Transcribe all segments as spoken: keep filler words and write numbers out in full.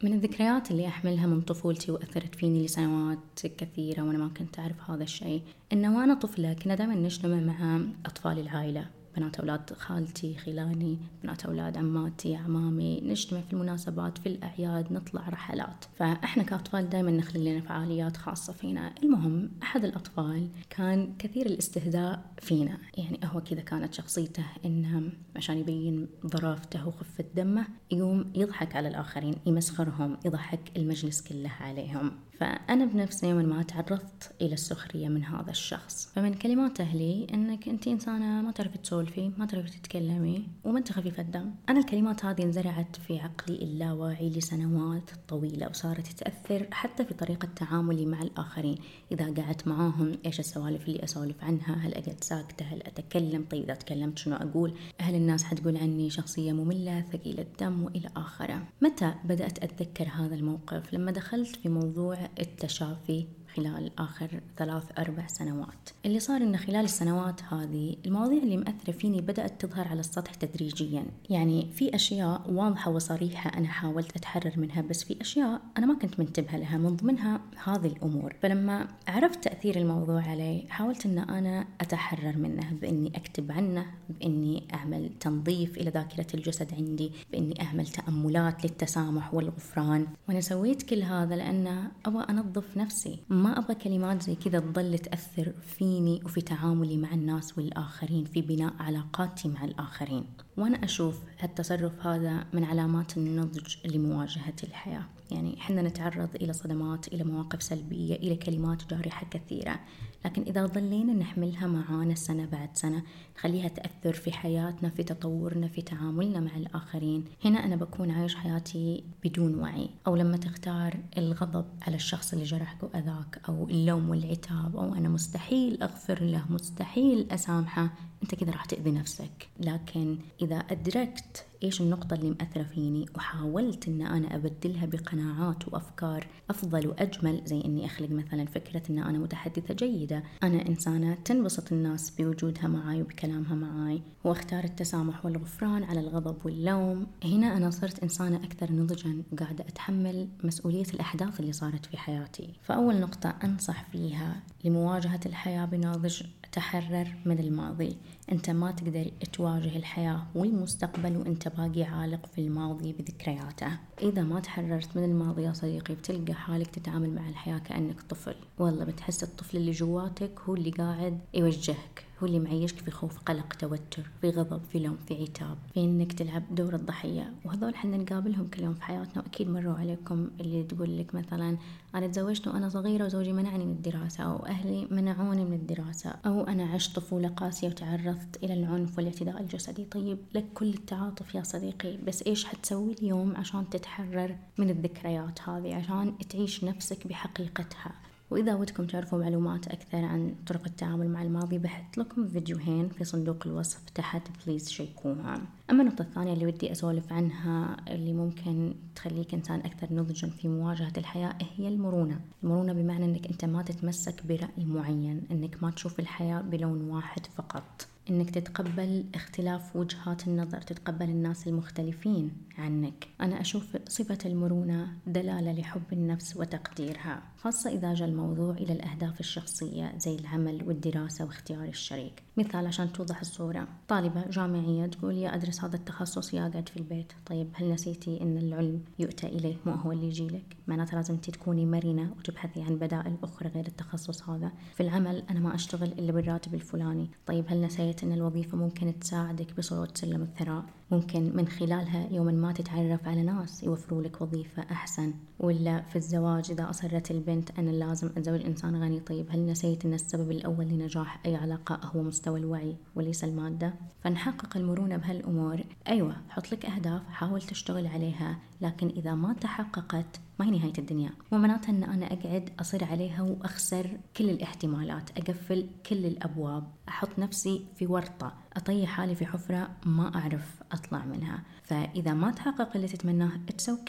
من الذكريات اللي أحملها من طفولتي وأثرت فيني لسنوات كثيرة وأنا ما كنت أعرف هذا الشيء، إنه وأنا طفلة كنا دائما نجتمع مع أطفال العائلة، بنات أولاد خالتي خلاني، بنات أولاد عماتي عمامي، نجتمع في المناسبات في الأعياد، نطلع رحلات. فإحنا كأطفال دائما نخلق لنا فعاليات خاصة فينا. المهم أحد الأطفال كان كثير الاستهزاء فينا، يعني هو كذا كانت شخصيته إنه عشان يبين ظرافته وخفة دمه يقوم يضحك على الآخرين، يمسخرهم، يضحك المجلس كله عليهم. فأنا بنفسي يوم ما تعرضت إلى السخرية من هذا الشخص، فمن كلمات أهلي إنك أنت إنسانة ما تعرفي تسولفي، ما تعرفي تتكلمي، وما أنت خفيفة الدم. أنا الكلمات هذه انزرعت في عقلي اللاواعي لسنوات طويلة، وصارت تأثر حتى في طريقة تعاملي مع الآخرين. إذا قعدت معاهم إيش السوالف اللي أسولف عنها؟ هل أقعد ساكتة؟ هل أتكلم؟ طيب إذا تكلمت شنو أقول؟ هل الناس حتقول عني شخصية مملة ثقيلة الدم وإلى آخره؟ متى بدأت أتذكر هذا الموقف؟ لما دخلت في موضوع التشافي خلال آخر ثلاث أربع سنوات. اللي صار إن خلال السنوات هذه المواضيع اللي مأثرة فيني بدأت تظهر على السطح تدريجيا. يعني في أشياء واضحة وصريحة أنا حاولت أتحرر منها، بس في أشياء أنا ما كنت منتبهة لها، من ضمنها هذه الأمور. فلما عرفت تأثير الموضوع علي حاولت إن أنا أتحرر منه بإني أكتب عنه، بإني أعمل تنظيف إلى ذاكرة الجسد عندي، بإني أعمل تأملات للتسامح والغفران. وأنا سويت كل هذا لأن أبغى أنظف نفسي، ما أبغى كلمات زي كذا تظل تأثر فيني وفي تعاملي مع الناس والآخرين، في بناء علاقاتي مع الآخرين. وأنا أشوف هالتصرف هذا من علامات النضج لمواجهة الحياة. يعني إحنا نتعرض إلى صدمات، إلى مواقف سلبية، إلى كلمات جارحة كثيرة، لكن إذا ظلينا نحملها معانا سنة بعد سنة، نخليها تأثر في حياتنا، في تطورنا، في تعاملنا مع الآخرين، هنا أنا بكون عايش حياتي بدون وعي. أو لما تختار الغضب على الشخص اللي جرحك وأذاك، أو اللوم والعتاب، أو أنا مستحيل أغفر له، مستحيل أسامحه، أنت كذا راح تأذي نفسك. لكن إذا أدركت إيش النقطة اللي مأثرة فيني وحاولت إن أنا أبدلها بقناعات وأفكار أفضل وأجمل، زي إني أخلق مثلا فكرة إن أنا متحدثة جيدة، أنا إنسانة تنبسط الناس بوجودها معاي وبكلامها معاي، وأختار التسامح والغفران على الغضب واللوم، هنا أنا صرت إنسانة أكثر نضجا وقاعدة أتحمل مسؤولية الأحداث اللي صارت في حياتي. فأول نقطة أنصح فيها لمواجهة الحياة بنضج: تحرر من الماضي. أنت ما تقدر تواجه الحياة والمستقبل وأنت باقي عالق في الماضي بذكرياته. إذا ما تحررت من الماضي يا صديقي بتلقى حالك تتعامل مع الحياة كأنك طفل، والله بتحس الطفل اللي جواتك هو اللي قاعد يوجهك، هو اللي معيشك في خوف، قلق، توتر، في غضب، في لوم، في عتاب، في إنك تلعب دور الضحية. وهذول حنا نقابلهم كل يوم في حياتنا، وأكيد مروا عليكم اللي تقول لك مثلا أنا تزوجت وأنا صغيرة وزوجي منعني من الدراسة، أو أهلي منعوني من الدراسة، أو أنا عشت طفولة قاسية وتعرضت إلى العنف والاعتداء الجسدي. طيب لك كل التعاطف يا صديقي، بس إيش حتسوي اليوم عشان تتحرر من الذكريات هذه، عشان تعيش نفسك بحقيقتها؟ وإذا ودكم تعرفوا معلومات أكثر عن طرق التعامل مع الماضي بحط لكم فيديوهين في صندوق الوصف تحت، بليز شيكوها. أما النقطة الثانية اللي ودي أسولف عنها اللي ممكن تخليك إنسان أكثر نضجا في مواجهة الحياة هي المرونة. المرونة بمعنى أنك أنت ما تتمسك برأي معين، أنك ما تشوف الحياة بلون واحد فقط، انك تتقبل اختلاف وجهات النظر، تتقبل الناس المختلفين عنك. انا اشوف صفة المرونة دلالة لحب النفس وتقديرها، خاصة اذا جاء الموضوع الى الاهداف الشخصية زي العمل والدراسة واختيار الشريك. مثال عشان توضح الصورة: طالبة جامعية تقول يا ادرس هذا التخصص يا اقعد في البيت. طيب هل نسيتي ان العلم يؤتى اليه مو هو اللي يجيلك؟ معناته لازم تكوني مرنة وتبحثي عن بدائل اخرى غير التخصص هذا. في العمل انا ما اشتغل الا بالراتب الفلاني. طيب هل نسيت أن الوظيفة ممكن تساعدك بصعود سلم الثراء؟ ممكن من خلالها يوما ما تتعرف على ناس يوفروا لك وظيفة أحسن. ولا في الزواج إذا أصرت البنت أنا لازم أتزوج إنسان غني، طيب هل نسيت أن السبب الأول لنجاح أي علاقة هو مستوى الوعي وليس المادة؟ فنحقق المرونة بهالأمور. أيوة حط لك أهداف، حاول تشتغل عليها، لكن إذا ما تحققت ما هي نهاية الدنيا. مو معناتها أن أنا أقعد أصر عليها وأخسر كل الاحتمالات، أقفل كل الأبواب، أحط نفسي في ورطة، أطيح حالي في حفرة ما أعرف أطلع منها. فإذا ما تحقق اللي تتمناه it's okay،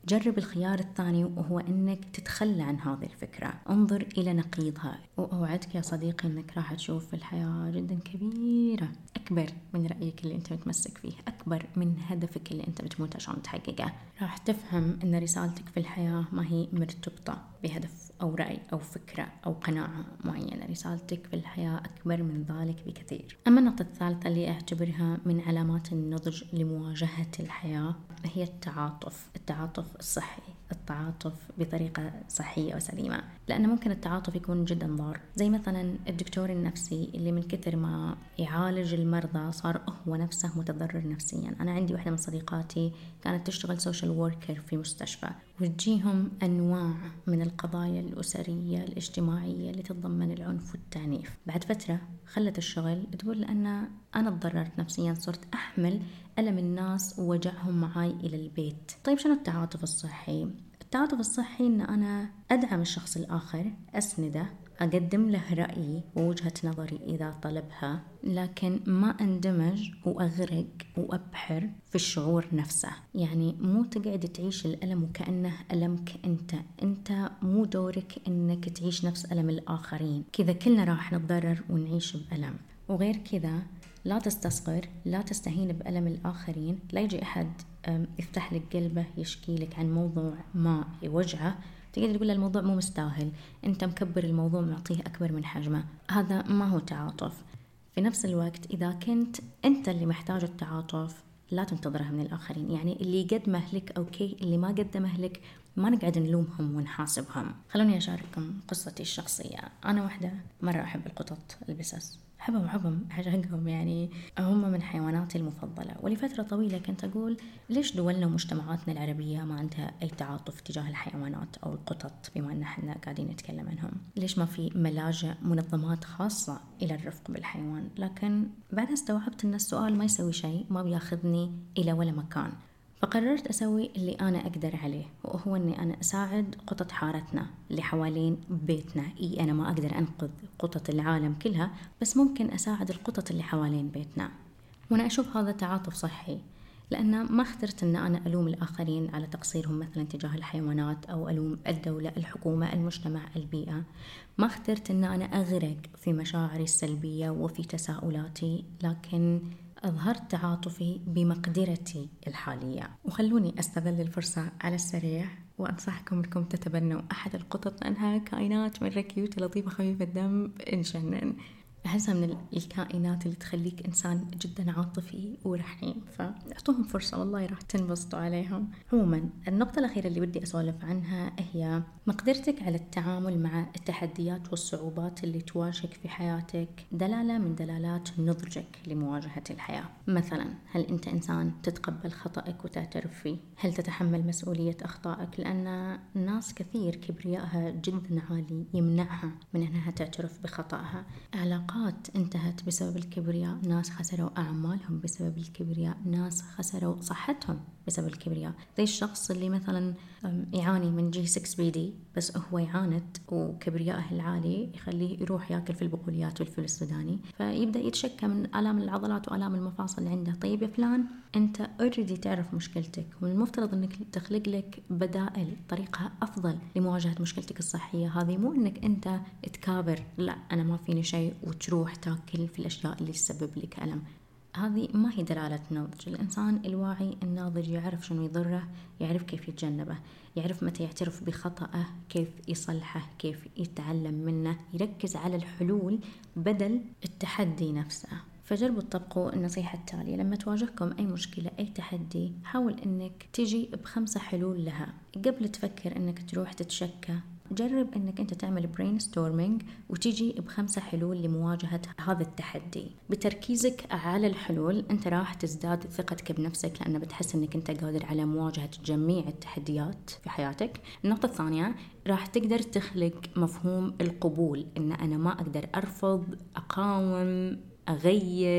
جرب الخيار الثاني، وهو أنك تتخلى عن هذه الفكرة، انظر إلى نقيضها. وأوعدك يا صديقي أنك راح تشوف الحياة جدا كبيرة، أكبر من رأيك اللي أنت متمسك فيه، أكبر من هدفك اللي أنت بتموت عشان تحققه. راح تفهم أن رسالتك في الحياة ما هي مرتبطة بهدف أو رأي أو فكرة أو قناعة معينة. رسالتك في الحياة أكبر من ذلك بكثير. أما النقطة الثالثة اللي أعتبرها من علامات النضج لمواجهة الحياة هي التعاطف. التعاطف الصحي، التعاطف بطريقة صحية وسليمة، لأن ممكن التعاطف يكون جدا ضار. زي مثلا الدكتور النفسي اللي من كثر ما يعالج المرضى صار هو نفسه متضرر نفسيا. أنا عندي واحدة من صديقاتي كانت تشتغل سوشيال ووركر في مستشفى، وتجيهم أنواع من القضايا الأسرية الاجتماعية اللي تتضمن العنف والتعنيف. بعد فترة خلت الشغل، تقول لأن أنا تضررت نفسيا، صرت أحمل ألم الناس ووجعهم معاي إلى البيت. طيب شنو التعاطف الصحي؟ التعاطف الصحي إن أنا أدعم الشخص الآخر، أسنده، أقدم له رأيي ووجهة نظري إذا طلبها، لكن ما أندمج وأغرق وأبحر في الشعور نفسه. يعني مو تقعد تعيش الألم وكأنه ألمك أنت، أنت مو دورك أنك تعيش نفس ألم الآخرين. كذا كلنا راح نتضرر ونعيش بألم. وغير كذا لا تستصغر، لا تستهين بألم الآخرين. لا يجي أحد يفتح لك قلبه يشكي لك عن موضوع ما يوجعه تقدر تقول الموضوع مو مستاهل، أنت مكبر الموضوع معطيه أكبر من حجمه. هذا ما هو تعاطف. في نفس الوقت إذا كنت أنت اللي محتاج التعاطف لا تنتظره من الآخرين. يعني اللي قدمه لك أوكي، اللي ما قدمه لك ما نقعد نلومهم ونحاسبهم. خلوني أشارككم قصتي الشخصية. أنا واحدة مرة أحب القطط البسس، أحبهم أحبهم أعشقهم، يعني هم من حيواناتي المفضلة. ولفترة طويلة كنت أقول ليش دولنا ومجتمعاتنا العربية ما عندها أي تعاطف تجاه الحيوانات أو القطط، بما أن احنا قاعدين نتكلم عنهم؟ ليش ما في ملاجئ، منظمات خاصة إلى الرفق بالحيوان؟ لكن بعدها استوعبت أن السؤال ما يسوي شيء، ما بياخذني إلى ولا مكان. فقررت أسوي اللي أنا أقدر عليه، وهو أني أنا أساعد قطط حارتنا اللي حوالين بيتنا. إي أنا ما أقدر أنقذ قطط العالم كلها، بس ممكن أساعد القطط اللي حوالين بيتنا. وأنا أشوف هذا تعاطف صحي، لأن ما اخترت أن أنا ألوم الآخرين على تقصيرهم مثلا تجاه الحيوانات، أو ألوم الدولة، الحكومة، المجتمع، البيئة. ما اخترت أن أنا أغرق في مشاعري السلبية وفي تساؤلاتي، لكن أظهرت تعاطفي بمقدرتي الحالية. وخلوني أستغل الفرصة على السريع وأنصحكم أنكم تتبنوا أحد القطط، لأنها كائنات مرة كيوت لطيفة خفيفة الدم نجنن. أحسها من الكائنات اللي تخليك إنسان جدا عاطفي ورحيم، فأعطوهم فرصة والله راح تنبسطوا عليهم. عموما النقطة الأخيرة اللي بدي أسولف عنها هي مقدرتك على التعامل مع التحديات والصعوبات اللي تواجهك في حياتك، دلالة من دلالات نضجك لمواجهة الحياة. مثلا هل أنت إنسان تتقبل خطأك وتعترف فيه؟ هل تتحمل مسؤولية أخطائك؟ لأن ناس كثير كبريائها جدا عالي يمنعها من أنها تعترف بخطأها. علاقات انتهت بسبب الكبرياء، ناس خسروا أعمالهم بسبب الكبرياء، ناس خسروا صحتهم بسبب الكبرياء. زي الشخص اللي مثلا يعاني من جي ستة بي دي بس هو يعاند وكبريائه العالي يخليه يروح ياكل في البقوليات والفول السوداني، فيبدأ يتشكى من آلام العضلات وآلام المفاصل اللي عنده. طيب يا فلان، انت اوريدي تعرف مشكلتك، والمفترض انك تخلق لك بدائل طريقة افضل لمواجهة مشكلتك الصحية هذه. مو انك انت تكابر، لا انا ما فيني شيء، وتروح تاكل في الاشياء اللي تسبب لك ألم. هذه ما هي دلالة نضج. الإنسان الواعي الناضج يعرف شنو يضره، يعرف كيف يتجنبه، يعرف متى يعترف بخطأه، كيف يصلحه، كيف يتعلم منه، يركز على الحلول بدل التحدي نفسه. فجربوا تطبقوا النصيحة التالية: لما تواجهكم أي مشكلة، أي تحدي، حاول أنك تجي بخمسة حلول لها. قبل تفكر أنك تروح تتشكى، جرب أنك أنت تعمل brainstorming وتيجي بخمسة حلول لمواجهة هذا التحدي. بتركيزك على الحلول أنت راح تزداد ثقتك بنفسك، لأنه بتحس أنك أنت قادر على مواجهة جميع التحديات في حياتك. النقطة الثانية، راح تقدر تخلق مفهوم القبول، إن أنا ما أقدر أرفض، أقاوم، أغير،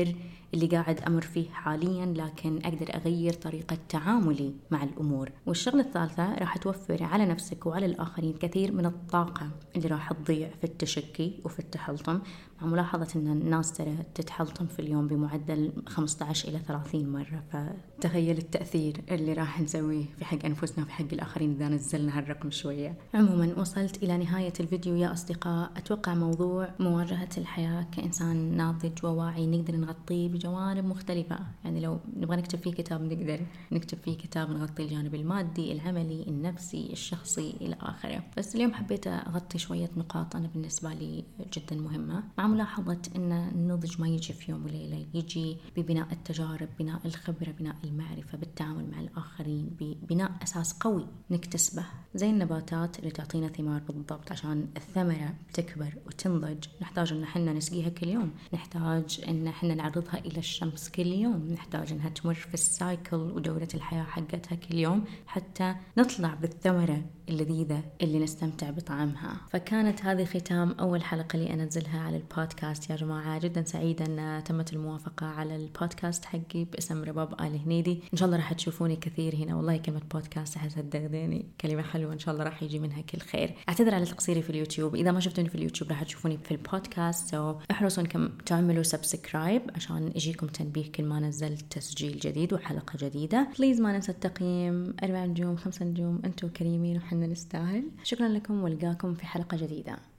اللي قاعد أمر فيه حاليا، لكن أقدر أغير طريقة تعاملي مع الأمور. والشغلة الثالثة راح توفر على نفسك وعلى الآخرين كثير من الطاقة اللي راح تضيع في التشكي وفي التحلطم، مع ملاحظة أن الناس ترى تتحلطم في اليوم بمعدل خمسة عشر إلى ثلاثين مرة، فتخيل التأثير اللي راح نسويه في حق أنفسنا وفي حق الآخرين إذا نزلنا هالرقم شوية. عموما وصلت إلى نهاية الفيديو يا أصدقاء. أتوقع موضوع مواجهة الحياة كإنسان ناضج وواعي نقدر نغطيه بجوانب مختلفة. يعني لو نبغى نكتب فيه كتاب نقدر نكتب فيه كتاب نغطي الجانب المادي، العملي، النفسي، الشخصي إلى آخره. بس اليوم حبيت أغطي شوية نقاط أنا بالنسبة لي جدا مهمة، مع ملاحظة أن النضج ما يجي في يوم وليلة، يجي ببناء التجارب، بناء الخبرة، بناء المعرفة، بالتعامل مع الآخرين، ببناء أساس قوي نكتسبه زي النباتات اللي تعطينا ثمار بالضبط. عشان الثمرة تكبر وتنضج نحتاج أن احنا نسقيها كل يوم، نحتاج أن احنا نعرضها إلى الشمس كل يوم، نحتاج أنها تمر في السايكل ودورة الحياة حقتها كل يوم حتى نطلع بالثمرة اللذيذة اللي نستمتع بطعمها. فكانت هذه ختام أول حلقة لي أنزلها على البودكاست يا جماعة. جدا سعيدة أن تمت الموافقة على البودكاست حقي باسم رباب آل هنيدي. إن شاء الله راح تشوفوني كثير هنا. والله كلمة بودكاست أحس هتدغدغني، كلمة حلوة، إن شاء الله راح يجي منها كل خير. أعتذر على تقصيري في اليوتيوب، إذا ما شفتوني في اليوتيوب راح تشوفوني في البودكاست، سو احرصوا إنكم تعملوا سبسكرايب عشان يجيكم تنبيه كل ما نزلت تسجيل جديد وحلقة جديدة. بليز ما ننسى التقييم، أربع نجوم، خمسة نجوم، أنتم كريمين وحنا نستاهل. شكرا لكم والقاكم في حلقة جديدة.